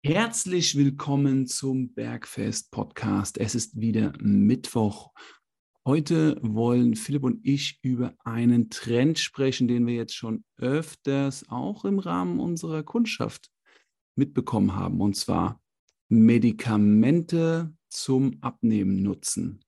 Herzlich willkommen zum Bergfest-Podcast. Es ist wieder Mittwoch. Heute wollen Philipp und ich über einen Trend sprechen, den wir jetzt schon öfters auch im Rahmen unserer Kundschaft mitbekommen haben, und zwar Medikamente zum Abnehmen nutzen.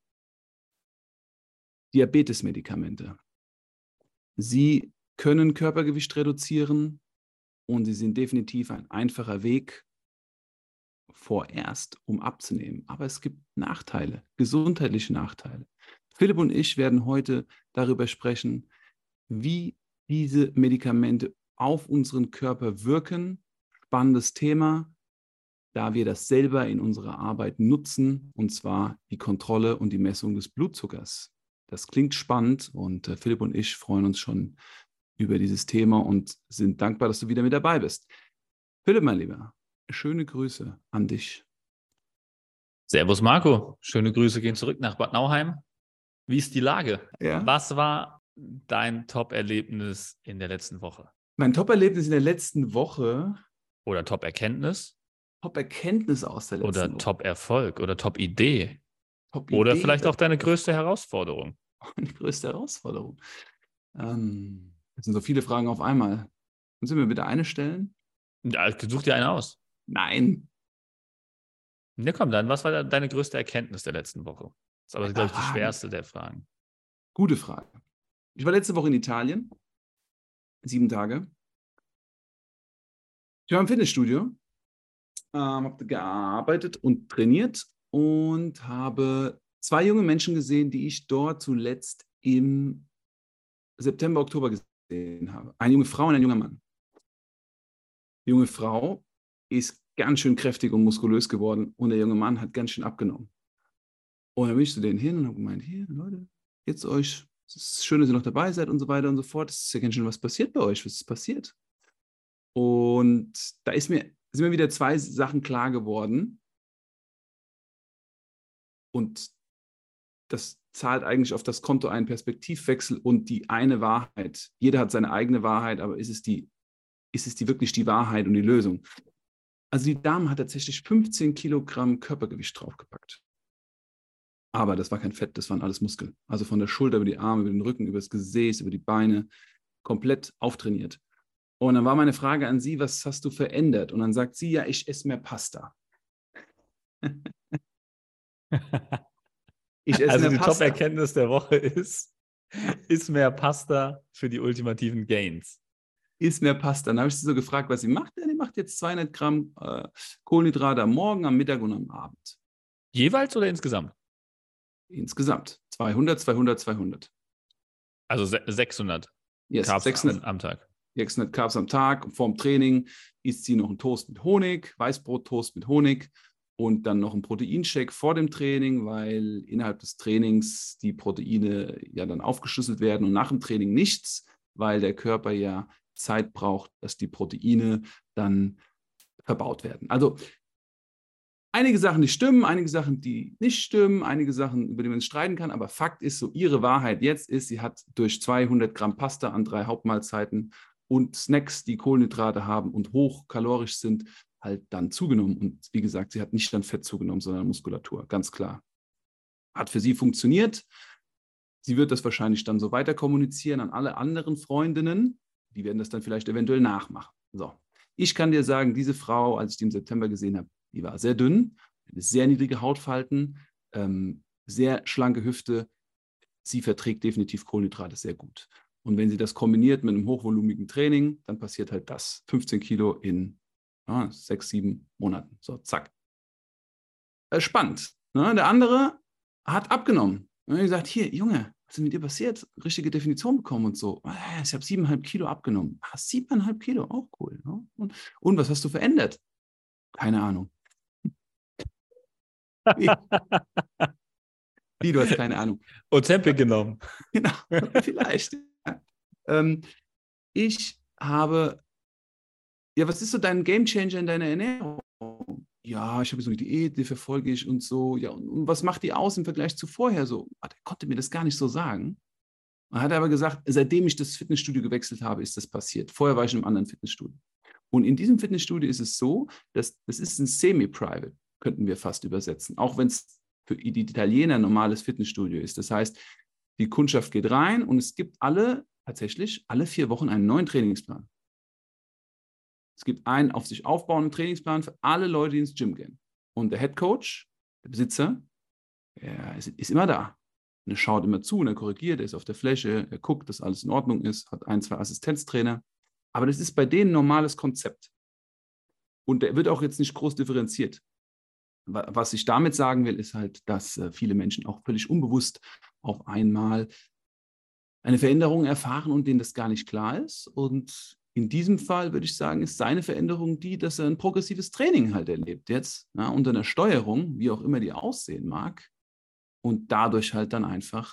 Diabetesmedikamente. Sie können Körpergewicht reduzieren und sie sind definitiv ein einfacher Weg, vorerst, um abzunehmen. Aber es gibt Nachteile, gesundheitliche Nachteile. Philipp und ich werden heute darüber sprechen, wie diese Medikamente auf unseren Körper wirken. Spannendes Thema, da wir das selber in unserer Arbeit nutzen, und zwar die Kontrolle und die Messung des Blutzuckers. Das klingt spannend und Philipp und ich freuen uns schon über dieses Thema und sind dankbar, dass du wieder mit dabei bist. Philipp, mein Lieber, schöne Grüße an dich. Servus Marco, schöne Grüße gehen zurück nach Bad Nauheim. Wie ist die Lage? Ja. Was war dein Top-Erlebnis in der letzten Woche? Mein Top-Erlebnis in der letzten Woche. Oder Top-Erkenntnis? Top-Erkenntnis aus der letzten Woche. Oder Top-Erfolg? Oder Top-Idee? Top-Idee. Oder vielleicht auch deine größte Herausforderung? Meine größte Herausforderung. Das sind so viele Fragen auf einmal. Können Sie mir bitte eine stellen? Ja, such dir eine aus. Nein. Ja, komm dann. Was war deine größte Erkenntnis der letzten Woche? Das ist aber, glaube ich, die schwerste der Fragen. Gute Frage. Ich war letzte Woche in Italien. 7 Tage. Ich war im Fitnessstudio, habe gearbeitet und trainiert und habe 2 junge Menschen gesehen, die ich dort zuletzt im September, Oktober gesehen habe. Eine junge Frau und ein junger Mann. Die junge Frau ist ganz schön kräftig und muskulös geworden und der junge Mann hat ganz schön abgenommen. Und dann bin ich zu denen hin und habe gemeint, hier, Leute, jetzt euch, es ist schön, dass ihr noch dabei seid und so weiter und so fort. Es ist ja ganz schön, was passiert bei euch, was ist passiert? Und da sind mir wieder 2 Sachen klar geworden. Und das zahlt eigentlich auf das Konto einen Perspektivwechsel und die eine Wahrheit. Jeder hat seine eigene Wahrheit, aber ist es wirklich die Wahrheit und die Lösung? Also die Dame hat tatsächlich 15 Kilogramm Körpergewicht draufgepackt. Aber das war kein Fett, das waren alles Muskeln. Also von der Schulter über die Arme, über den Rücken, über das Gesäß, über die Beine, komplett auftrainiert. Und dann war meine Frage an sie, was hast du verändert? Und dann sagt sie, ja, ich esse mehr Pasta. Ich esse also mehr Pasta. Die Top-Erkenntnis der Woche ist mehr Pasta für die ultimativen Gains. Ist mehr Pasta. Dann habe ich sie so gefragt, was sie macht. Ja, die macht jetzt 200 Gramm Kohlenhydrate am Morgen, am Mittag und am Abend. Jeweils oder insgesamt? Insgesamt. 200, 200, 200. Also 600 Carbs 600 am Tag. 600 Carbs am Tag. Und vorm Training isst sie noch einen Toast mit Honig, Weißbrot-Toast mit Honig und dann noch einen Proteinshake vor dem Training, weil innerhalb des Trainings die Proteine ja dann aufgeschlüsselt werden und nach dem Training nichts, weil der Körper ja Zeit braucht, dass die Proteine dann verbaut werden. Also einige Sachen, die stimmen, einige Sachen, die nicht stimmen, einige Sachen, über die man streiten kann, aber Fakt ist so, ihre Wahrheit jetzt ist, sie hat durch 200 Gramm Pasta an 3 Hauptmahlzeiten und Snacks, die Kohlenhydrate haben und hochkalorisch sind, halt dann zugenommen. Und wie gesagt, sie hat nicht an Fett zugenommen, sondern Muskulatur, ganz klar. Hat für sie funktioniert. Sie wird das wahrscheinlich dann so weiter kommunizieren an alle anderen Freundinnen. Die werden das dann vielleicht eventuell nachmachen. So, ich kann dir sagen, diese Frau, als ich die im September gesehen habe, die war sehr dünn, sehr niedrige Hautfalten, sehr schlanke Hüfte. Sie verträgt definitiv Kohlenhydrate sehr gut. Und wenn sie das kombiniert mit einem hochvolumigen Training, dann passiert halt das. 15 Kilo in 6, 7 Monaten. So, zack. Spannend. Ne? Der andere hat abgenommen. Und er hat gesagt, hier, Junge, was ist mit dir passiert? Richtige Definition bekommen und so. Ich habe 7,5 Kilo abgenommen. 7,5 Kilo, auch cool. Ne? Und was hast du verändert? Keine Ahnung. Wie, du hast keine Ahnung. Ozempic genommen. Genau, vielleicht. Ich habe, ja, was ist so dein Gamechanger in deiner Ernährung? Ja, ich habe so eine Diät, die verfolge ich und so. Ja, und was macht die aus im Vergleich zu vorher so? Der konnte mir das gar nicht so sagen. Er hat aber gesagt, seitdem ich das Fitnessstudio gewechselt habe, ist das passiert. Vorher war ich in einem anderen Fitnessstudio. Und in diesem Fitnessstudio ist es so, dass das ist ein Semi-Private, könnten wir fast übersetzen, auch wenn es für die Italiener ein normales Fitnessstudio ist. Das heißt, die Kundschaft geht rein und es gibt tatsächlich alle 4 Wochen einen neuen Trainingsplan. Es gibt einen auf sich aufbauenden Trainingsplan für alle Leute, die ins Gym gehen. Und der Head Coach, der Besitzer, er ist immer da. Und er schaut immer zu und er korrigiert, er ist auf der Fläche, er guckt, dass alles in Ordnung ist, hat 1, 2 Assistenztrainer. Aber das ist bei denen ein normales Konzept. Und der wird auch jetzt nicht groß differenziert. Was ich damit sagen will, ist halt, dass viele Menschen auch völlig unbewusst auf einmal eine Veränderung erfahren und denen das gar nicht klar ist. Und in diesem Fall würde ich sagen, ist seine Veränderung die, dass er ein progressives Training halt erlebt jetzt, ja, unter einer Steuerung, wie auch immer die aussehen mag, und dadurch halt dann einfach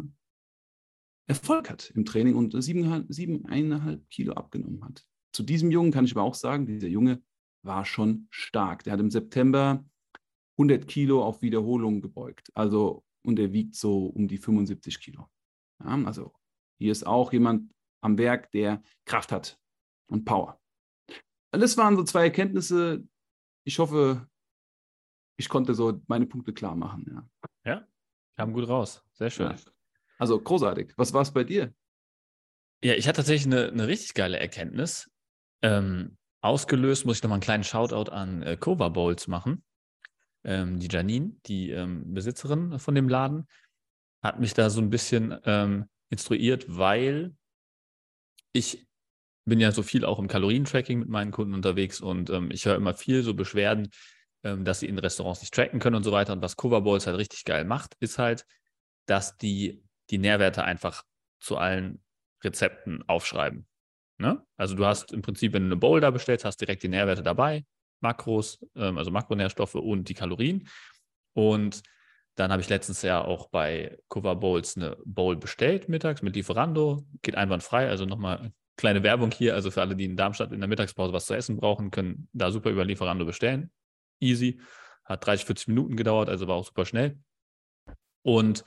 Erfolg hat im Training und 7,5 Kilo abgenommen hat. Zu diesem Jungen kann ich aber auch sagen, dieser Junge war schon stark. Der hat im September 100 Kilo auf Wiederholung gebeugt. Also, und er wiegt so um die 75 Kilo. Ja, also hier ist auch jemand am Werk, der Kraft hat und Power. Das waren so 2 Erkenntnisse. Ich hoffe, ich konnte so meine Punkte klar machen. Ja, kam gut raus. Sehr schön. Ja. Also großartig. Was war es bei dir? Ja, ich hatte tatsächlich eine richtig geile Erkenntnis. Ausgelöst muss ich nochmal einen kleinen Shoutout an Cova Bowls machen. Die Janine, die Besitzerin von dem Laden, hat mich da so ein bisschen instruiert, weil ich bin ja so viel auch im Kalorientracking mit meinen Kunden unterwegs und ich höre immer viel so Beschwerden, dass sie in Restaurants nicht tracken können und so weiter. Und was Cova Bowls halt richtig geil macht, ist halt, dass die Nährwerte einfach zu allen Rezepten aufschreiben. Ne? Also du hast im Prinzip, wenn du eine Bowl da bestellst, hast direkt die Nährwerte dabei, Makros, also Makronährstoffe und die Kalorien. Und dann habe ich letztens ja auch bei Cova Bowls eine Bowl bestellt mittags mit Lieferando. Geht einwandfrei. Also nochmal kleine Werbung hier. Also für alle, die in Darmstadt in der Mittagspause was zu essen brauchen, können da super über Lieferando bestellen. Easy. Hat 30, 40 Minuten gedauert, also war auch super schnell. Und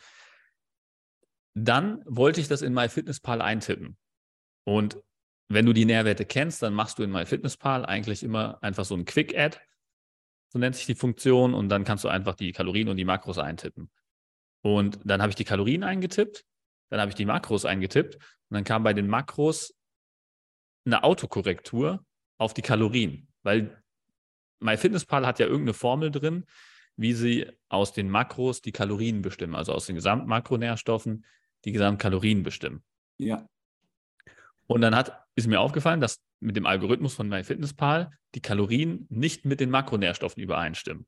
dann wollte ich das in MyFitnessPal eintippen. Und wenn du die Nährwerte kennst, dann machst du in MyFitnessPal eigentlich immer einfach so ein Quick-Add, so nennt sich die Funktion, und dann kannst du einfach die Kalorien und die Makros eintippen. Und dann habe ich die Kalorien eingetippt, dann habe ich die Makros eingetippt und dann kam bei den Makros eine Autokorrektur auf die Kalorien, weil MyFitnessPal hat ja irgendeine Formel drin, wie sie aus den Makros die Kalorien bestimmen, also aus den Gesamtmakronährstoffen die Gesamtkalorien bestimmen. Ja. Und dann ist mir aufgefallen, dass mit dem Algorithmus von MyFitnessPal die Kalorien nicht mit den Makronährstoffen übereinstimmen.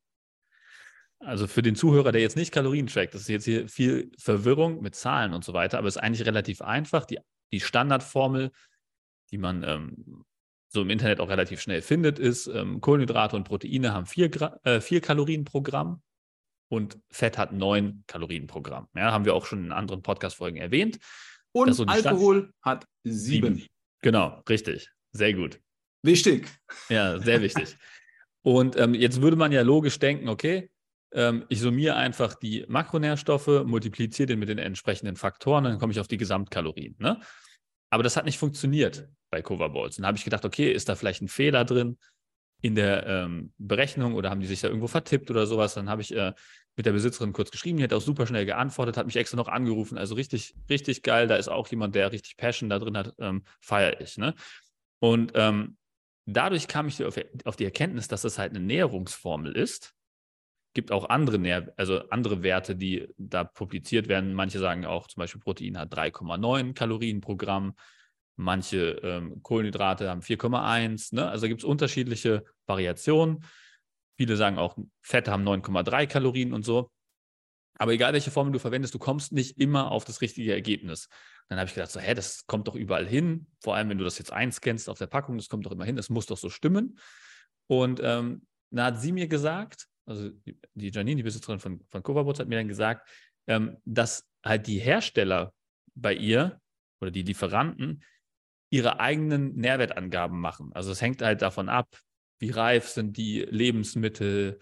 Also für den Zuhörer, der jetzt nicht Kalorien trackt, das ist jetzt hier viel Verwirrung mit Zahlen und so weiter, aber es ist eigentlich relativ einfach. Die Standardformel, die man so im Internet auch relativ schnell findet, ist, Kohlenhydrate und Proteine haben 4 Kalorien pro Gramm und Fett hat 9 Kalorien pro Gramm. Ja, haben wir auch schon in anderen Podcast-Folgen erwähnt. Und so Alkohol hat 7. Genau, richtig. Sehr gut. Wichtig. Ja, sehr wichtig. Und jetzt würde man ja logisch denken, okay, ich summiere einfach die Makronährstoffe, multipliziere den mit den entsprechenden Faktoren, dann komme ich auf die Gesamtkalorien. Ne? Aber das hat nicht funktioniert bei Cova Bowls. Dann habe ich gedacht, okay, ist da vielleicht ein Fehler drin in der Berechnung oder haben die sich da irgendwo vertippt oder sowas? Dann habe ich mit der Besitzerin kurz geschrieben, die hat auch super schnell geantwortet, hat mich extra noch angerufen. Also richtig, richtig geil. Da ist auch jemand, der richtig Passion da drin hat, feiere ich. Ne? Und dadurch kam ich auf die Erkenntnis, dass das halt eine Näherungsformel ist. Gibt auch andere Werte, die da publiziert werden. Manche sagen auch, zum Beispiel Protein hat 3,9 Kalorien pro Gramm. Manche Kohlenhydrate haben 4,1. Ne? Also gibt es unterschiedliche Variationen. Viele sagen auch, Fette haben 9,3 Kalorien und so. Aber egal, welche Formel du verwendest, du kommst nicht immer auf das richtige Ergebnis. Dann habe ich gedacht, so, das kommt doch überall hin. Vor allem, wenn du das jetzt einscannst auf der Packung, das kommt doch immer hin, das muss doch so stimmen. Und dann hat sie mir gesagt, also die Janine, die Besitzerin von Cova Bowls, hat mir dann gesagt, dass halt die Hersteller bei ihr oder die Lieferanten ihre eigenen Nährwertangaben machen. Also es hängt halt davon ab, wie reif sind die Lebensmittel,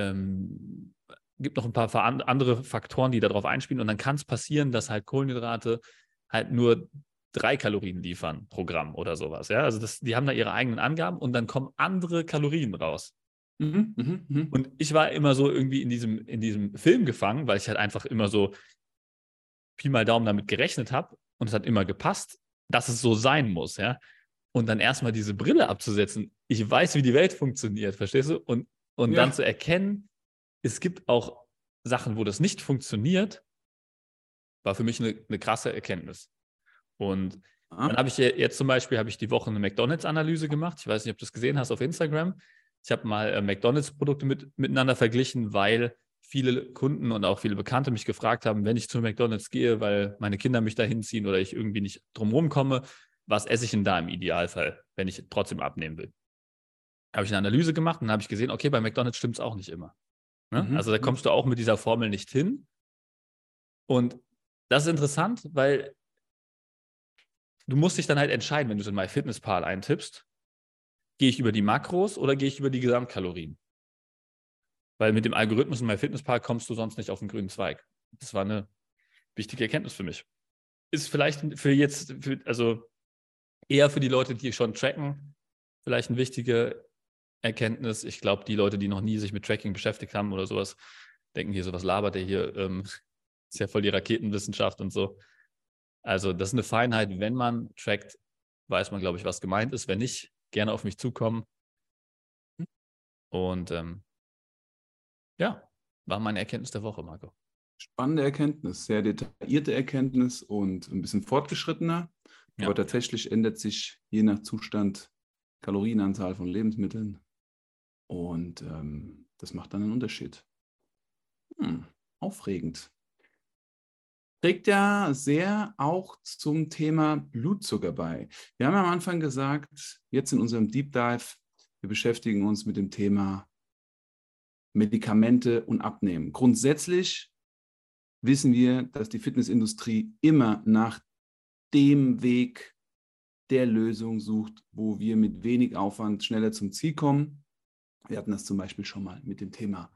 gibt noch ein paar andere Faktoren, die darauf einspielen. Und dann kann es passieren, dass halt Kohlenhydrate halt nur 3 Kalorien liefern pro Gramm oder sowas. Ja? Also die haben da ihre eigenen Angaben und dann kommen andere Kalorien raus. Und ich war immer so irgendwie in diesem Film gefangen, weil ich halt einfach immer so Pi mal Daumen damit gerechnet habe und es hat immer gepasst, dass es so sein muss. Ja? Und dann erstmal diese Brille abzusetzen. Ich weiß, wie die Welt funktioniert, verstehst du? Und dann zu erkennen, es gibt auch Sachen, wo das nicht funktioniert, war für mich eine krasse Erkenntnis. Und dann habe ich jetzt zum Beispiel die Woche eine McDonalds-Analyse gemacht. Ich weiß nicht, ob du das gesehen hast auf Instagram. Ich habe mal McDonalds-Produkte miteinander verglichen, weil viele Kunden und auch viele Bekannte mich gefragt haben, wenn ich zu McDonalds gehe, weil meine Kinder mich da hinziehen oder ich irgendwie nicht drumherum komme, was esse ich denn da im Idealfall, wenn ich trotzdem abnehmen will? Habe ich eine Analyse gemacht und dann habe ich gesehen, okay, bei McDonalds stimmt es auch nicht immer. Ne? Also da kommst du auch mit dieser Formel nicht hin. Und das ist interessant, weil du musst dich dann halt entscheiden, wenn du es in MyFitnessPal eintippst, gehe ich über die Makros oder gehe ich über die Gesamtkalorien? Weil mit dem Algorithmus in MyFitnessPal kommst du sonst nicht auf den grünen Zweig. Das war eine wichtige Erkenntnis für mich. Ist vielleicht also eher für die Leute, die schon tracken, vielleicht eine wichtige Erkenntnis. Ich glaube, die Leute, die noch nie sich mit Tracking beschäftigt haben oder sowas, denken hier, sowas labert der hier, ist ja voll die Raketenwissenschaft und so. Also das ist eine Feinheit. Wenn man trackt, weiß man, glaube ich, was gemeint ist. Wenn nicht, gerne auf mich zukommen. Und ja, war meine Erkenntnis der Woche, Marco. Spannende Erkenntnis, sehr detaillierte Erkenntnis und ein bisschen fortgeschrittener. Ja. Aber tatsächlich ändert sich je nach Zustand Kalorienanzahl von Lebensmitteln. Und das macht dann einen Unterschied. Aufregend. Trägt ja sehr auch zum Thema Blutzucker bei. Wir haben am Anfang gesagt, jetzt in unserem Deep Dive, wir beschäftigen uns mit dem Thema Medikamente und Abnehmen. Grundsätzlich wissen wir, dass die Fitnessindustrie immer nach dem Weg der Lösung sucht, wo wir mit wenig Aufwand schneller zum Ziel kommen. Wir hatten das zum Beispiel schon mal mit dem Thema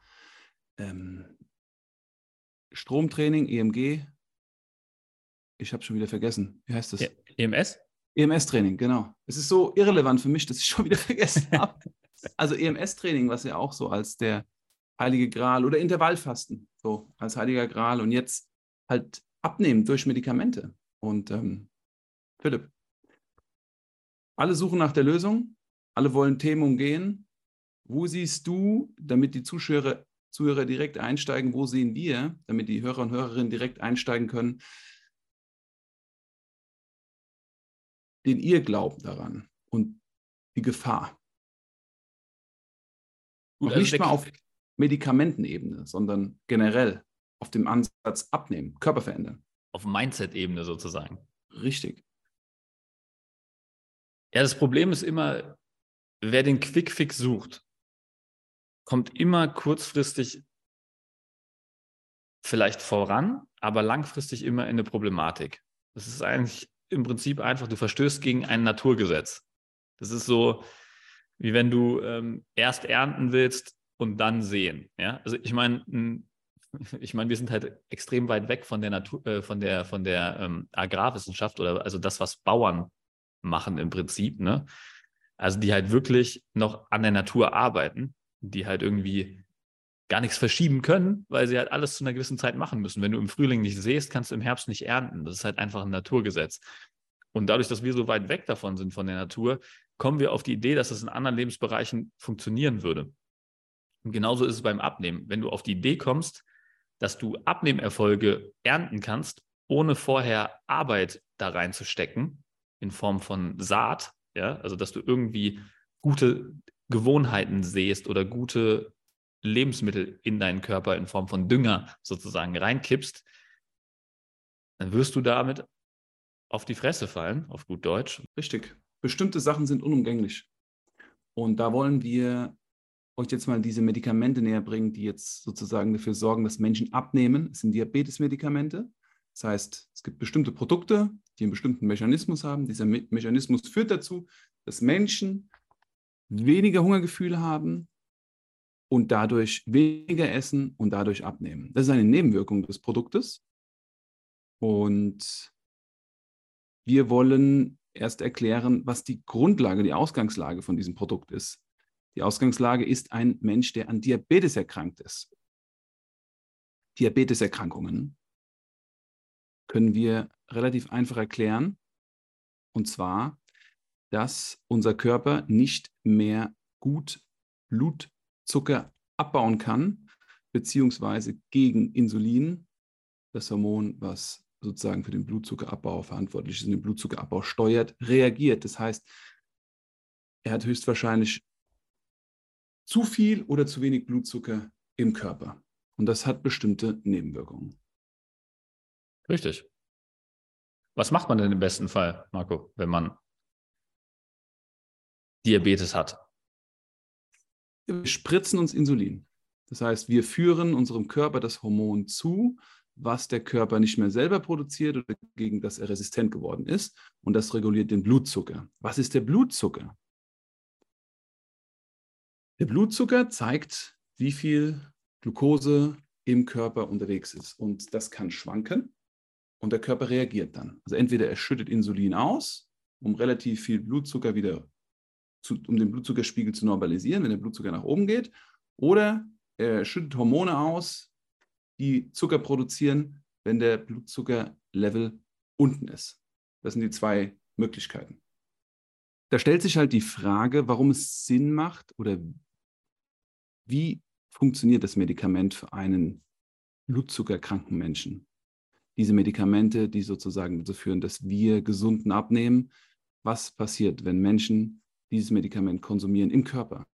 Stromtraining, EMG. Ich habe schon wieder vergessen. Wie heißt das? EMS? EMS-Training, genau. Es ist so irrelevant für mich, dass ich schon wieder vergessen habe. Also EMS-Training, was ja auch so als der Heilige Gral oder Intervallfasten, so als Heiliger Gral und jetzt halt abnehmen durch Medikamente. Und Philipp, alle suchen nach der Lösung, alle wollen Themen umgehen. Wo siehst du, damit die Zuhörer direkt einsteigen, wo sehen wir, damit die Hörer und Hörerinnen direkt einsteigen können, den Irrglauben daran und die Gefahr? Gut, also nicht mal auf Medikamentenebene, sondern generell auf dem Ansatz abnehmen, Körper verändern. Auf Mindset-Ebene sozusagen. Richtig. Ja, das Problem ist immer, wer den Quick-Fix sucht, kommt immer kurzfristig vielleicht voran, aber langfristig immer in eine Problematik. Das ist eigentlich im Prinzip einfach, du verstößt gegen ein Naturgesetz. Das ist so, wie wenn du erst ernten willst und dann säen. Ja? Also ich meine, wir sind halt extrem weit weg von der Natur, von der Agrarwissenschaft oder also das, was Bauern machen im Prinzip. Ne? Also die halt wirklich noch an der Natur arbeiten, die halt irgendwie gar nichts verschieben können, weil sie halt alles zu einer gewissen Zeit machen müssen. Wenn du im Frühling nicht säst, kannst du im Herbst nicht ernten. Das ist halt einfach ein Naturgesetz. Und dadurch, dass wir so weit weg davon sind von der Natur, kommen wir auf die Idee, dass es in anderen Lebensbereichen funktionieren würde. Und genauso ist es beim Abnehmen. Wenn du auf die Idee kommst, dass du Abnehmerfolge ernten kannst, ohne vorher Arbeit da reinzustecken, in Form von Saat, ja, also dass du irgendwie gute Gewohnheiten säst oder gute Lebensmittel in deinen Körper in Form von Dünger sozusagen reinkippst, dann wirst du damit auf die Fresse fallen, auf gut Deutsch. Richtig. Bestimmte Sachen sind unumgänglich. Und da wollen wir euch jetzt mal diese Medikamente näher bringen, die jetzt sozusagen dafür sorgen, dass Menschen abnehmen. Es sind Diabetesmedikamente. Das heißt, es gibt bestimmte Produkte, die einen bestimmten Mechanismus haben. Dieser Mechanismus führt dazu, dass Menschen weniger Hungergefühle haben und dadurch weniger essen und dadurch abnehmen. Das ist eine Nebenwirkung des Produktes. Und wir wollen erst erklären, was die Grundlage, die Ausgangslage von diesem Produkt ist. Die Ausgangslage ist ein Mensch, der an Diabetes erkrankt ist. Diabeteserkrankungen können wir relativ einfach erklären. Und zwar, dass unser Körper nicht mehr gut Blutzucker abbauen kann, beziehungsweise gegen Insulin, das Hormon, was sozusagen für den Blutzuckerabbau verantwortlich ist und den Blutzuckerabbau steuert, reagiert. Das heißt, er hat höchstwahrscheinlich zu viel oder zu wenig Blutzucker im Körper. Und das hat bestimmte Nebenwirkungen. Richtig. Was macht man denn im besten Fall, Marco, wenn man Diabetes hat? Wir spritzen uns Insulin. Das heißt, wir führen unserem Körper das Hormon zu, was der Körper nicht mehr selber produziert oder gegen das er resistent geworden ist. Und das reguliert den Blutzucker. Was ist der Blutzucker? Der Blutzucker zeigt, wie viel Glucose im Körper unterwegs ist. Und das kann schwanken und der Körper reagiert dann. Also entweder er schüttet Insulin aus, um relativ viel Blutzucker wieder um den Blutzuckerspiegel zu normalisieren, wenn der Blutzucker nach oben geht, oder er schüttet Hormone aus, die Zucker produzieren, wenn der Blutzuckerlevel unten ist. Das sind die zwei Möglichkeiten. Da stellt sich halt die Frage, warum es Sinn macht oder wie funktioniert das Medikament für einen blutzuckerkranken Menschen. Diese Medikamente, die sozusagen dazu führen, dass wir gesunden abnehmen. Was passiert, wenn Menschen dieses Medikament konsumieren im Körper?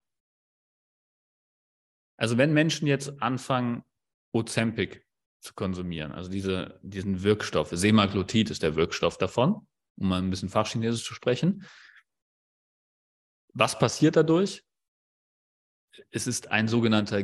Also wenn Menschen jetzt anfangen, Ozempic zu konsumieren, also diesen Wirkstoff, Semaglutid ist der Wirkstoff davon, um mal ein bisschen Fachchinesisch zu sprechen. Was passiert dadurch? Es ist ein sogenannter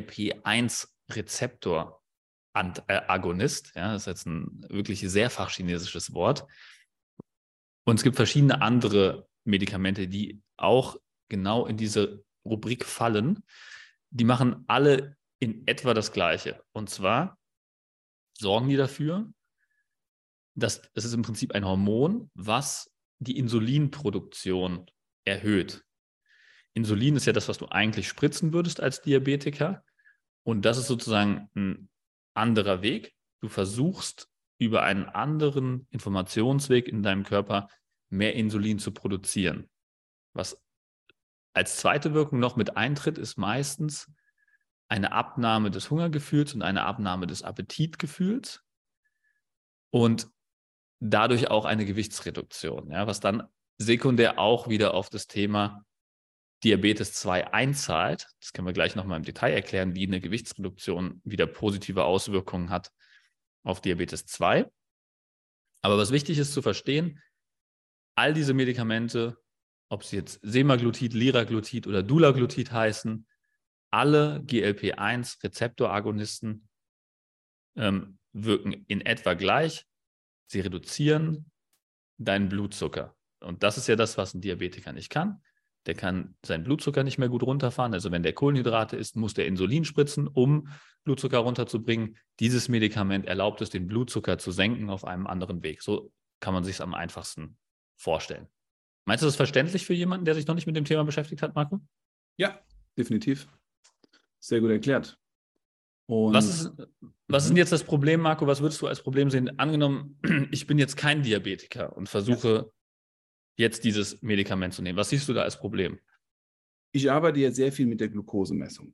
GLP-1-Rezeptor-Agonist. Ja, das ist jetzt ein wirklich sehr fachchinesisches Wort. Und es gibt verschiedene andere Medikamente, die auch genau in diese Rubrik fallen. Die machen alle in etwa das Gleiche. Und zwar sorgen die dafür, dass es ist im Prinzip ein Hormon, was die Insulinproduktion erhöht. Insulin ist ja das, was du eigentlich spritzen würdest als Diabetiker. Und das ist sozusagen ein anderer Weg. Du versuchst über einen anderen Informationsweg in deinem Körper mehr Insulin zu produzieren. Was als zweite Wirkung noch mit eintritt, ist meistens eine Abnahme des Hungergefühls und eine Abnahme des Appetitgefühls und dadurch auch eine Gewichtsreduktion, ja, was dann sekundär auch wieder auf das Thema Diabetes 2 einzahlt. Das können wir gleich nochmal im Detail erklären, wie eine Gewichtsreduktion wieder positive Auswirkungen hat auf Diabetes 2. Aber was wichtig ist zu verstehen, all diese Medikamente, ob sie jetzt Semaglutid, Liraglutid oder Dulaglutid heißen, alle GLP-1-Rezeptoragonisten wirken in etwa gleich. Sie reduzieren deinen Blutzucker. Und das ist ja das, was ein Diabetiker nicht kann. Der kann seinen Blutzucker nicht mehr gut runterfahren. Also wenn der Kohlenhydrate isst, muss der Insulin spritzen, um Blutzucker runterzubringen. Dieses Medikament erlaubt es, den Blutzucker zu senken auf einem anderen Weg. So kann man sich es am einfachsten vorstellen. Meinst du das verständlich für jemanden, der sich noch nicht mit dem Thema beschäftigt hat, Marco? Ja, definitiv. Sehr gut erklärt. Und was ist denn jetzt das Problem, Marco? Was würdest du als Problem sehen? Angenommen, ich bin jetzt kein Diabetiker und versuche jetzt dieses Medikament zu nehmen. Was siehst du da als Problem? Ich arbeite ja sehr viel mit der Glukosemessung.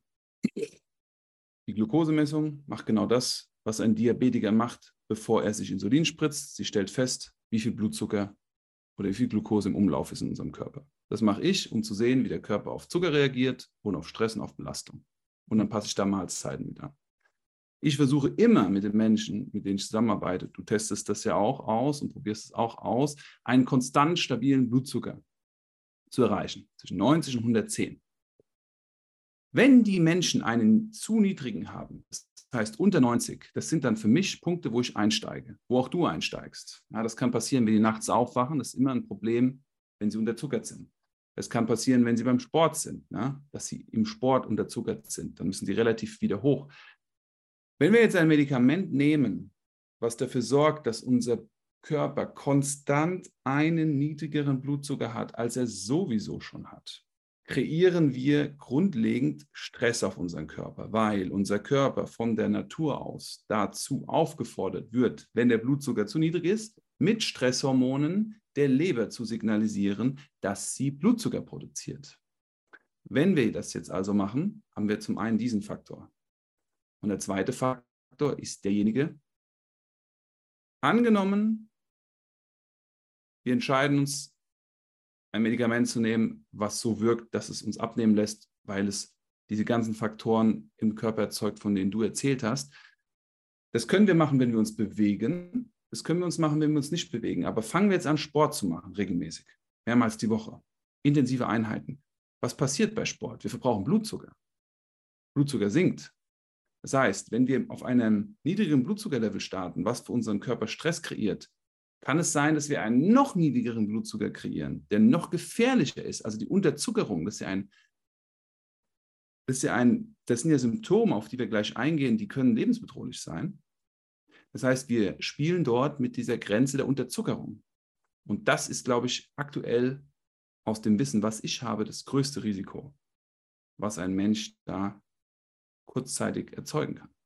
Die Glukosemessung macht genau das, was ein Diabetiker macht, bevor er sich Insulin spritzt. Sie stellt fest, wie viel Blutzucker oder wie viel Glucose im Umlauf ist in unserem Körper. Das mache ich, um zu sehen, wie der Körper auf Zucker reagiert und auf Stress und auf Belastung. Und dann passe ich da Mahlzeiten mit an. Ich versuche immer mit den Menschen, mit denen ich zusammenarbeite, du testest das ja auch aus und probierst es auch aus, einen konstant stabilen Blutzucker zu erreichen, zwischen 90 und 110. Wenn die Menschen einen zu niedrigen haben, das heißt unter 90, das sind dann für mich Punkte, wo ich einsteige, wo auch du einsteigst. Ja, das kann passieren, wenn die nachts aufwachen, das ist immer ein Problem, wenn sie unterzuckert sind. Es kann passieren, wenn sie beim Sport sind, ja, dass sie im Sport unterzuckert sind, dann müssen die relativ wieder hoch. Wenn wir jetzt ein Medikament nehmen, was dafür sorgt, dass unser Körper konstant einen niedrigeren Blutzucker hat, als er sowieso schon hat, kreieren wir grundlegend Stress auf unseren Körper, weil unser Körper von der Natur aus dazu aufgefordert wird, wenn der Blutzucker zu niedrig ist, mit Stresshormonen der Leber zu signalisieren, dass sie Blutzucker produziert. Wenn wir das jetzt also machen, haben wir zum einen diesen Faktor. Und der zweite Faktor ist derjenige, angenommen, wir entscheiden uns, ein Medikament zu nehmen, was so wirkt, dass es uns abnehmen lässt, weil es diese ganzen Faktoren im Körper erzeugt, von denen du erzählt hast. Das können wir machen, wenn wir uns bewegen. Das können wir uns machen, wenn wir uns nicht bewegen. Aber fangen wir jetzt an, Sport zu machen, regelmäßig, mehrmals die Woche, intensive Einheiten. Was passiert bei Sport? Wir verbrauchen Blutzucker. Blutzucker sinkt. Das heißt, wenn wir auf einem niedrigeren Blutzuckerlevel starten, was für unseren Körper Stress kreiert, kann es sein, dass wir einen noch niedrigeren Blutzucker kreieren, der noch gefährlicher ist. Also die Unterzuckerung, das sind ja Symptome, auf die wir gleich eingehen, die können lebensbedrohlich sein. Das heißt, wir spielen dort mit dieser Grenze der Unterzuckerung. Und das ist, glaube ich, aktuell aus dem Wissen, was ich habe, das größte Risiko, was ein Mensch da kurzzeitig erzeugen kann.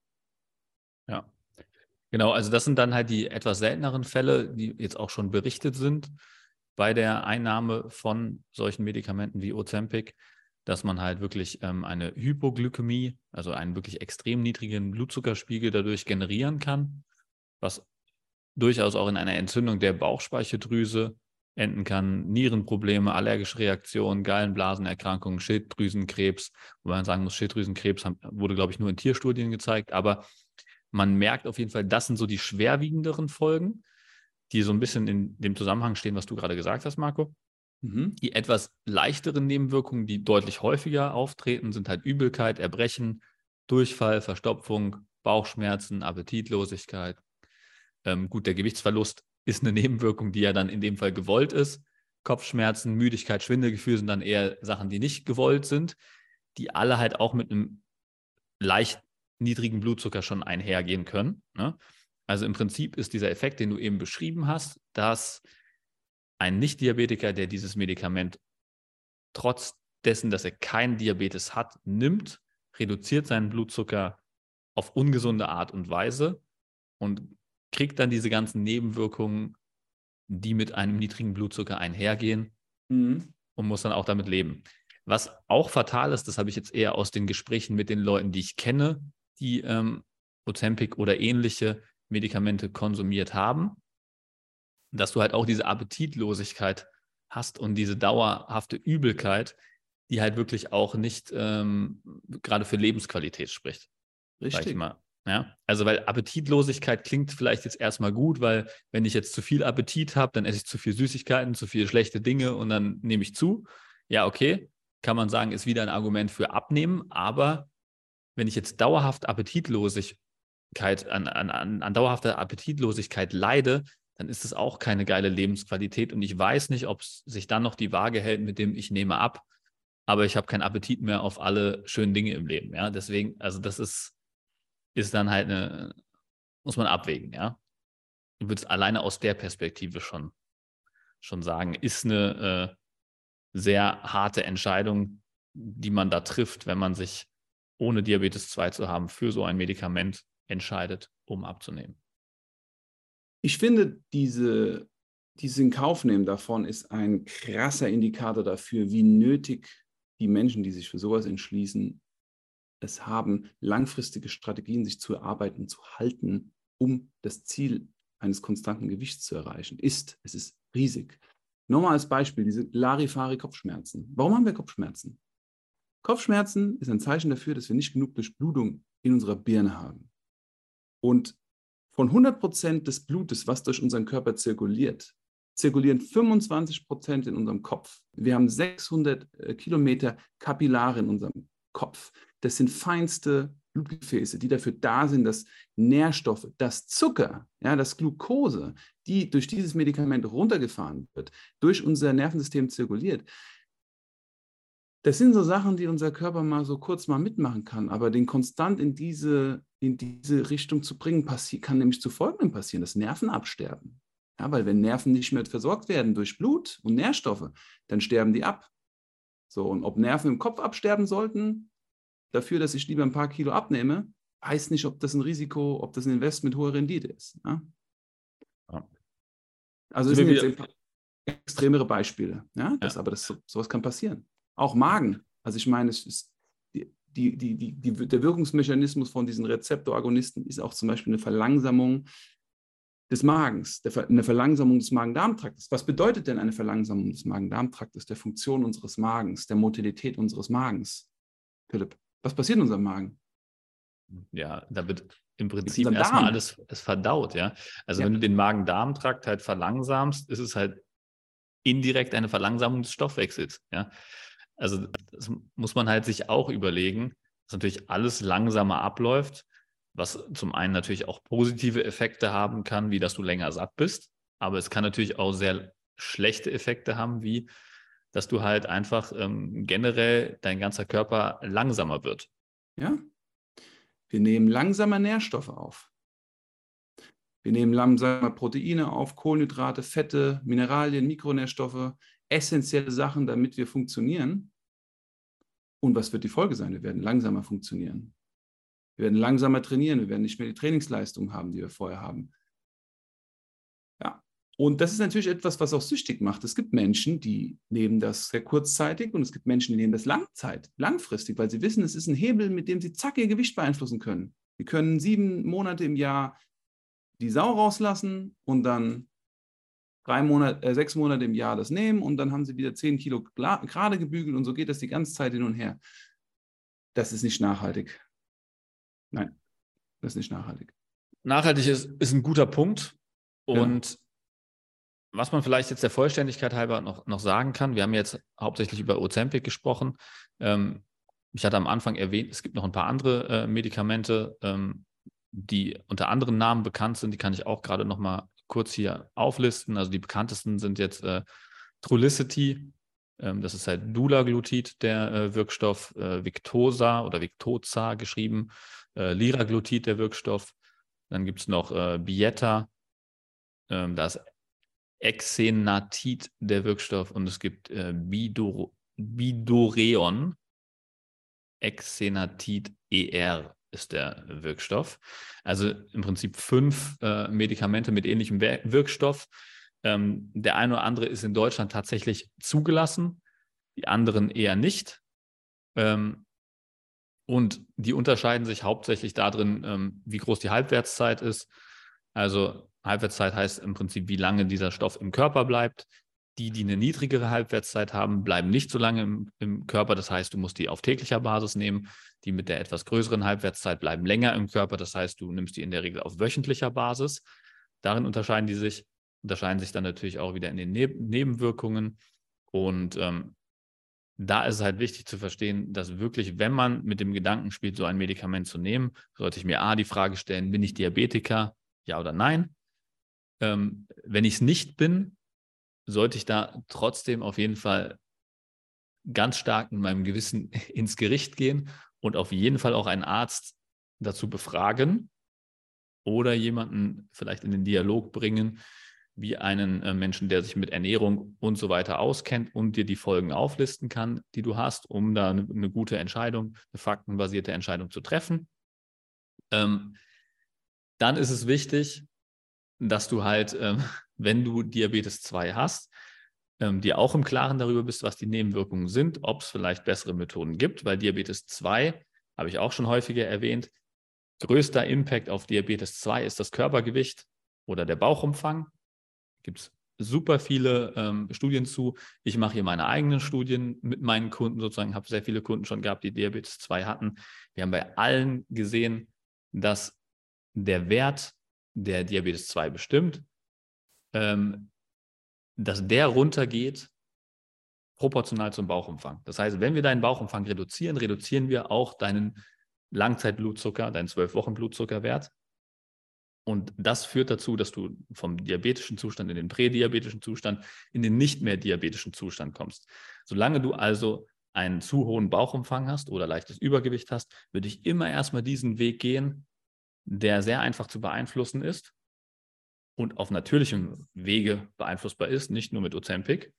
Ja. Genau, also das sind dann halt die etwas selteneren Fälle, die jetzt auch schon berichtet sind bei der Einnahme von solchen Medikamenten wie Ozempic, dass man halt wirklich eine Hypoglykämie, also einen wirklich extrem niedrigen Blutzuckerspiegel dadurch generieren kann, was durchaus auch in einer Entzündung der Bauchspeicheldrüse enden kann, Nierenprobleme, allergische Reaktionen, Gallenblasenerkrankungen, Schilddrüsenkrebs, wobei man sagen muss, Schilddrüsenkrebs wurde, glaube ich, nur in Tierstudien gezeigt, aber man merkt auf jeden Fall, das sind so die schwerwiegenderen Folgen, die so ein bisschen in dem Zusammenhang stehen, was du gerade gesagt hast, Marco. Die etwas leichteren Nebenwirkungen, die deutlich häufiger auftreten, sind halt Übelkeit, Erbrechen, Durchfall, Verstopfung, Bauchschmerzen, Appetitlosigkeit. Gut, der Gewichtsverlust ist eine Nebenwirkung, die ja dann in dem Fall gewollt ist. Kopfschmerzen, Müdigkeit, Schwindelgefühl sind dann eher Sachen, die nicht gewollt sind, die alle halt auch mit einem leicht niedrigen Blutzucker schon einhergehen können. Ne? Also im Prinzip ist dieser Effekt, den du eben beschrieben hast, dass ein Nicht-Diabetiker, der dieses Medikament trotz dessen, dass er keinen Diabetes hat, nimmt, reduziert seinen Blutzucker auf ungesunde Art und Weise und kriegt dann diese ganzen Nebenwirkungen, die mit einem niedrigen Blutzucker einhergehen und muss dann auch damit leben. Was auch fatal ist, das habe ich jetzt eher aus den Gesprächen mit den Leuten, die ich kenne, die Ozempic oder ähnliche Medikamente konsumiert haben, dass du halt auch diese Appetitlosigkeit hast und diese dauerhafte Übelkeit, die halt wirklich auch nicht gerade für Lebensqualität spricht. Richtig. Sag ich mal. Ja? Also weil Appetitlosigkeit klingt vielleicht jetzt erstmal gut, weil wenn ich jetzt zu viel Appetit habe, dann esse ich zu viel Süßigkeiten, zu viele schlechte Dinge und dann nehme ich zu. Ja, okay, kann man sagen, ist wieder ein Argument für Abnehmen, aber wenn ich jetzt dauerhaft an dauerhafter Appetitlosigkeit leide, dann ist es auch keine geile Lebensqualität und ich weiß nicht, ob sich dann noch die Waage hält mit dem ich nehme ab, aber ich habe keinen Appetit mehr auf alle schönen Dinge im Leben. Ja? Deswegen, also das ist dann halt muss man abwägen, ja. Ich würde es alleine aus der Perspektive schon sagen, ist eine sehr harte Entscheidung, die man da trifft, wenn man sich ohne Diabetes 2 zu haben, für so ein Medikament entscheidet, um abzunehmen. Ich finde, dieses Inkaufnehmen davon ist ein krasser Indikator dafür, wie nötig die Menschen, die sich für sowas entschließen, es haben, langfristige Strategien sich zu erarbeiten und zu halten, um das Ziel eines konstanten Gewichts zu erreichen. Es ist riesig. Nochmal als Beispiel, diese Larifari-Kopfschmerzen. Warum haben wir Kopfschmerzen? Kopfschmerzen ist ein Zeichen dafür, dass wir nicht genug Durchblutung in unserer Birne haben. Und von 100% des Blutes, was durch unseren Körper zirkuliert, zirkulieren 25% in unserem Kopf. Wir haben 600 Kilometer Kapillare in unserem Kopf. Das sind feinste Blutgefäße, die dafür da sind, dass Nährstoffe, das Zucker, ja, das Glucose, die durch dieses Medikament runtergefahren wird, durch unser Nervensystem zirkuliert. Das sind so Sachen, die unser Körper mal so kurz mal mitmachen kann, aber den konstant in diese Richtung zu bringen, kann nämlich zu Folgendem passieren, das Nervenabsterben. Ja, weil wenn Nerven nicht mehr versorgt werden durch Blut und Nährstoffe, dann sterben die ab. So, und ob Nerven im Kopf absterben sollten, dafür, dass ich lieber ein paar Kilo abnehme, weiß nicht, ob das ein Risiko, ob das ein Invest mit hoher Rendite ist. Ja? Ja. Also das sind jetzt extremere Beispiele. Ja? Sowas kann passieren. Auch Magen. Also ich meine, es ist der Wirkungsmechanismus von diesen Rezeptoragonisten ist auch zum Beispiel eine Verlangsamung des Magens, eine Verlangsamung des Magen-Darm-Traktes. Was bedeutet denn eine Verlangsamung des Magen-Darm-Traktes, der Funktion unseres Magens, der Motilität unseres Magens? Philipp, was passiert in unserem Magen? Ja, da wird im In Prinzip unserem erstmal Darm. alles verdaut, ja. Also Ja. wenn du den Magen-Darm-Trakt halt verlangsamst, ist es halt indirekt eine Verlangsamung des Stoffwechsels, ja. Also das muss man halt sich auch überlegen, dass natürlich alles langsamer abläuft, was zum einen natürlich auch positive Effekte haben kann, wie dass du länger satt bist, aber es kann natürlich auch sehr schlechte Effekte haben, wie dass du halt einfach generell dein ganzer Körper langsamer wird. Ja. Wir nehmen langsamer Nährstoffe auf. Wir nehmen langsamer Proteine auf, Kohlenhydrate, Fette, Mineralien, Mikronährstoffe, essentielle Sachen, damit wir funktionieren. Und was wird die Folge sein? Wir werden langsamer funktionieren. Wir werden langsamer trainieren. Wir werden nicht mehr die Trainingsleistung haben, die wir vorher haben. Ja. Und das ist natürlich etwas, was auch süchtig macht. Es gibt Menschen, die nehmen das sehr kurzzeitig und es gibt Menschen, die nehmen das langfristig, weil sie wissen, es ist ein Hebel, mit dem sie zack ihr Gewicht beeinflussen können. Sie können 7 Monate im Jahr die Sau rauslassen und dann 6 Monate im Jahr das nehmen und dann haben sie wieder 10 Kilo gerade gebügelt und so geht das die ganze Zeit hin und her. Das ist nicht nachhaltig. Nein, das ist nicht nachhaltig. Nachhaltig ist ein guter Punkt. Und Genau. was man vielleicht jetzt der Vollständigkeit halber noch sagen kann, wir haben jetzt hauptsächlich über Ozempic gesprochen. Ich hatte am Anfang erwähnt, es gibt noch ein paar andere Medikamente, die unter anderen Namen bekannt sind. Die kann ich auch gerade noch mal kurz hier auflisten. Also die bekanntesten sind jetzt Trulicity, das ist halt Dulaglutid, der Wirkstoff, Victoza oder Victoza geschrieben, Liraglutid, der Wirkstoff. Dann gibt es noch Byetta, da ist Exenatid, der Wirkstoff, und es gibt Bidoreon, Exenatid ER ist der Wirkstoff. Also im Prinzip 5 Medikamente mit ähnlichem Wirkstoff. Der eine oder andere ist in Deutschland tatsächlich zugelassen, die anderen eher nicht. Und die unterscheiden sich hauptsächlich darin, wie groß die Halbwertszeit ist. Also Halbwertszeit heißt im Prinzip, wie lange dieser Stoff im Körper bleibt. Die eine niedrigere Halbwertszeit haben, bleiben nicht so lange im Körper. Das heißt, du musst die auf täglicher Basis nehmen. Die mit der etwas größeren Halbwertszeit bleiben länger im Körper. Das heißt, du nimmst die in der Regel auf wöchentlicher Basis. Darin unterscheiden sich dann natürlich auch wieder in den Nebenwirkungen. Und da ist es halt wichtig zu verstehen, dass wirklich, wenn man mit dem Gedanken spielt, so ein Medikament zu nehmen, sollte ich mir die Frage stellen, bin ich Diabetiker? Ja oder nein? Wenn ich es nicht bin, sollte ich da trotzdem auf jeden Fall ganz stark mit meinem Gewissen ins Gericht gehen und auf jeden Fall auch einen Arzt dazu befragen oder jemanden vielleicht in den Dialog bringen, wie einen Menschen, der sich mit Ernährung und so weiter auskennt und dir die Folgen auflisten kann, die du hast, um da eine gute Entscheidung, eine faktenbasierte Entscheidung zu treffen. Dann ist es wichtig, dass du halt, wenn du Diabetes 2 hast, dir auch im Klaren darüber bist, was die Nebenwirkungen sind, ob es vielleicht bessere Methoden gibt, weil Diabetes 2, habe ich auch schon häufiger erwähnt, größter Impact auf Diabetes 2 ist das Körpergewicht oder der Bauchumfang. Gibt es super viele Studien zu. Ich mache hier meine eigenen Studien mit meinen Kunden sozusagen, habe sehr viele Kunden schon gehabt, die Diabetes 2 hatten. Wir haben bei allen gesehen, dass der Wert, der Diabetes 2 bestimmt, dass der runtergeht proportional zum Bauchumfang. Das heißt, wenn wir deinen Bauchumfang reduzieren, reduzieren wir auch deinen Langzeitblutzucker, deinen 12-Wochen-Blutzuckerwert. Und das führt dazu, dass du vom diabetischen Zustand in den prädiabetischen Zustand, in den nicht mehr diabetischen Zustand kommst. Solange du also einen zu hohen Bauchumfang hast oder leichtes Übergewicht hast, würde ich immer erstmal diesen Weg gehen, der sehr einfach zu beeinflussen ist. und auf natürlichem Wege beeinflussbar ist, nicht nur mit Ozempic.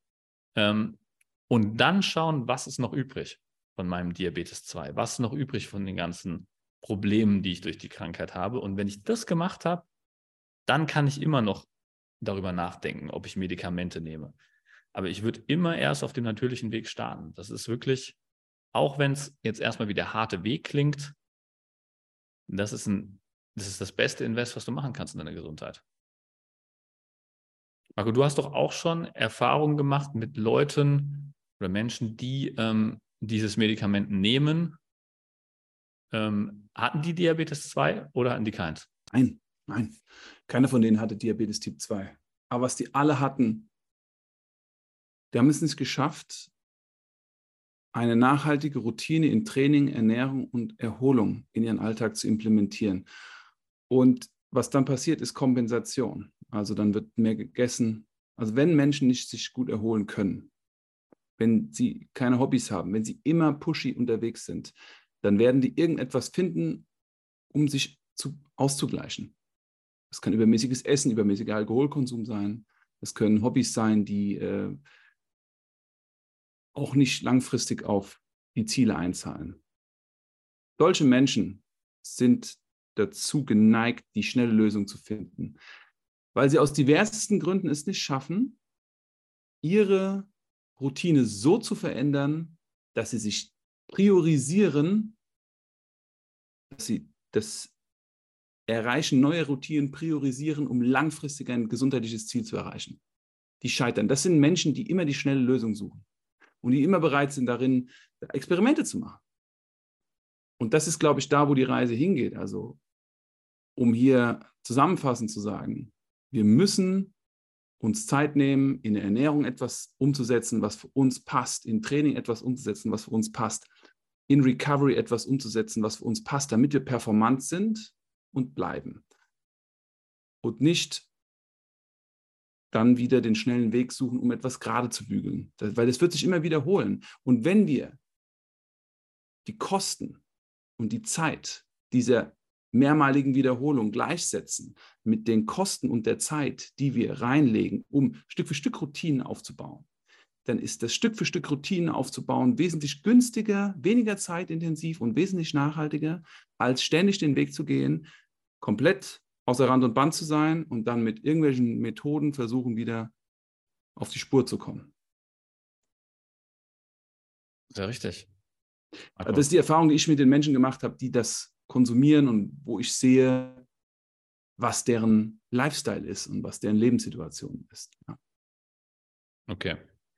Und dann schauen, was ist noch übrig von meinem Diabetes 2? Was ist noch übrig von den ganzen Problemen, die ich durch die Krankheit habe? Und wenn ich das gemacht habe, dann kann ich immer noch darüber nachdenken, ob ich Medikamente nehme. Aber ich würde immer erst auf dem natürlichen Weg starten. Das ist wirklich, auch wenn es jetzt erstmal wie der harte Weg klingt, das ist das beste Invest, was du machen kannst in deiner Gesundheit. Marco, du hast doch auch schon Erfahrungen gemacht mit Leuten oder Menschen, die dieses Medikament nehmen. Hatten die Diabetes 2 oder hatten die keins? Nein. Keiner von denen hatte Diabetes Typ 2. Aber was die alle hatten, die haben es nicht geschafft, eine nachhaltige Routine in Training, Ernährung und Erholung in ihren Alltag zu implementieren. Und was dann passiert, ist Kompensation. Also dann wird mehr gegessen. Also wenn Menschen nicht sich gut erholen können, wenn sie keine Hobbys haben, wenn sie immer pushy unterwegs sind, dann werden die irgendetwas finden, um sich auszugleichen. Das kann übermäßiges Essen, übermäßiger Alkoholkonsum sein. Das können Hobbys sein, die auch nicht langfristig auf die Ziele einzahlen. Solche Menschen sind dazu geneigt, die schnelle Lösung zu finden, weil sie aus diversesten Gründen es nicht schaffen, ihre Routine so zu verändern, dass sie sich priorisieren, dass sie das Erreichen neuer Routinen priorisieren, um langfristig ein gesundheitliches Ziel zu erreichen. Die scheitern. Das sind Menschen, die immer die schnelle Lösung suchen und die immer bereit sind, darin Experimente zu machen. Und das ist, glaube ich, da, wo die Reise hingeht. Also, um hier zusammenfassend zu sagen, wir müssen uns Zeit nehmen, in der Ernährung etwas umzusetzen, was für uns passt, in Training etwas umzusetzen, was für uns passt, in Recovery etwas umzusetzen, was für uns passt, damit wir performant sind und bleiben. Und nicht dann wieder den schnellen Weg suchen, um etwas gerade zu bügeln. Weil das wird sich immer wiederholen. Und wenn wir die Kosten und die Zeit dieser mehrmaligen Wiederholung gleichsetzen mit den Kosten und der Zeit, die wir reinlegen, um Stück für Stück Routinen aufzubauen, dann ist das Stück für Stück Routinen aufzubauen wesentlich günstiger, weniger zeitintensiv und wesentlich nachhaltiger, als ständig den Weg zu gehen, komplett außer Rand und Band zu sein und dann mit irgendwelchen Methoden versuchen, wieder auf die Spur zu kommen. Sehr richtig. Also das ist die Erfahrung, die ich mit den Menschen gemacht habe, die das konsumieren und wo ich sehe, was deren Lifestyle ist und was deren Lebenssituation ist. Ja. Okay.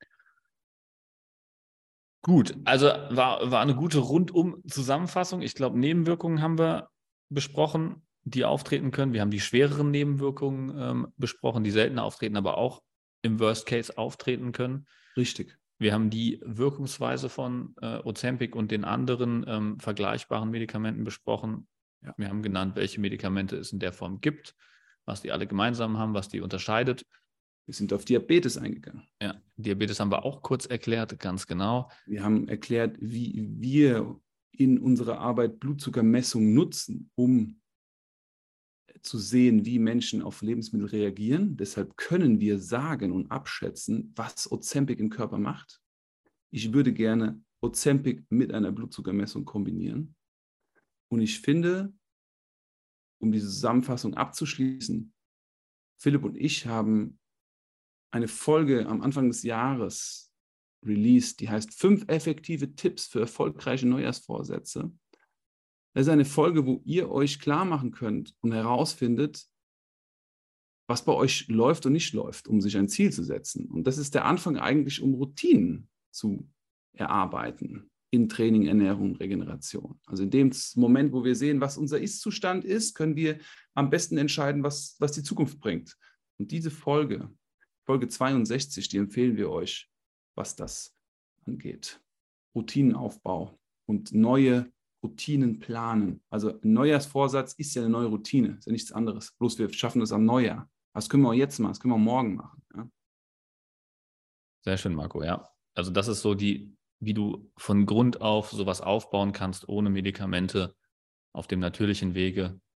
Gut, also war eine gute Rundum-Zusammenfassung. Ich glaube, Nebenwirkungen haben wir besprochen, die auftreten können. Wir haben die schwereren Nebenwirkungen besprochen, die seltener auftreten, aber auch im Worst Case auftreten können. Richtig. Wir haben die Wirkungsweise von Ozempic und den anderen vergleichbaren Medikamenten besprochen. Ja. Wir haben genannt, welche Medikamente es in der Form gibt, was die alle gemeinsam haben, was die unterscheidet. Wir sind auf Diabetes eingegangen. Ja, Diabetes haben wir auch kurz erklärt, ganz genau. Wir haben erklärt, wie wir in unserer Arbeit Blutzuckermessung nutzen, um zu sehen, wie Menschen auf Lebensmittel reagieren. Deshalb können wir sagen und abschätzen, was Ozempic im Körper macht. Ich würde gerne Ozempic mit einer Blutzuckermessung kombinieren. Und ich finde, um diese Zusammenfassung abzuschließen, Philipp und ich haben eine Folge am Anfang des Jahres released, die heißt 5 effektive Tipps für erfolgreiche Neujahrsvorsätze. Das ist eine Folge, wo ihr euch klar machen könnt und herausfindet, was bei euch läuft und nicht läuft, um sich ein Ziel zu setzen. Und das ist der Anfang eigentlich, um Routinen zu erarbeiten in Training, Ernährung, Regeneration. Also in dem Moment, wo wir sehen, was unser Ist-Zustand ist, können wir am besten entscheiden, was die Zukunft bringt. Und diese Folge 62, die empfehlen wir euch, was das angeht. Routinenaufbau und neue Routinen planen. Also ein Neujahrsvorsatz ist ja eine neue Routine, ist ja nichts anderes. Bloß wir schaffen das am Neujahr. Das können wir auch jetzt machen, das können wir auch morgen machen. Ja? Sehr schön, Marco, ja. Also das ist so wie du von Grund auf sowas aufbauen kannst, ohne Medikamente, auf dem natürlichen Wege,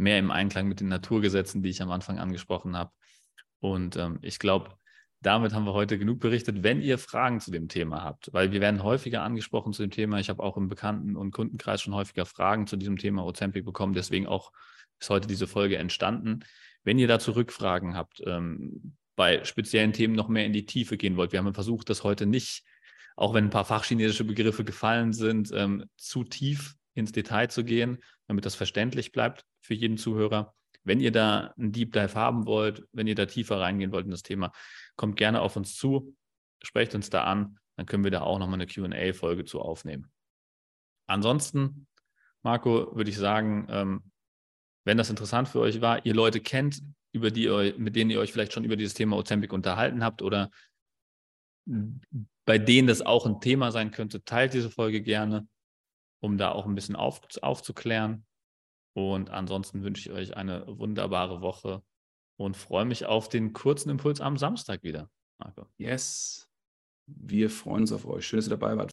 mehr im Einklang mit den Naturgesetzen, die ich am Anfang angesprochen habe. Und ich glaube, damit haben wir heute genug berichtet. Wenn ihr Fragen zu dem Thema habt, weil wir werden häufiger angesprochen zu dem Thema, ich habe auch im Bekannten- und Kundenkreis schon häufiger Fragen zu diesem Thema Ozempic bekommen, deswegen auch ist heute diese Folge entstanden. Wenn ihr dazu Rückfragen habt, bei speziellen Themen noch mehr in die Tiefe gehen wollt, wir haben versucht, das heute nicht, auch wenn ein paar fachchinesische Begriffe gefallen sind, zu tief ins Detail zu gehen, damit das verständlich bleibt für jeden Zuhörer. Wenn ihr da einen Deep Dive haben wollt, wenn ihr da tiefer reingehen wollt in das Thema, kommt gerne auf uns zu, sprecht uns da an, dann können wir da auch nochmal eine Q&A-Folge zu aufnehmen. Ansonsten, Marco, würde ich sagen, wenn das interessant für euch war, ihr Leute kennt, mit denen ihr euch vielleicht schon über dieses Thema Ozempic unterhalten habt oder bei denen das auch ein Thema sein könnte, teilt diese Folge gerne, um da auch ein bisschen aufzuklären. Und ansonsten wünsche ich euch eine wunderbare Woche und freue mich auf den kurzen Impuls am Samstag wieder, Marco. Yes, wir freuen uns auf euch. Schön, dass ihr dabei wart.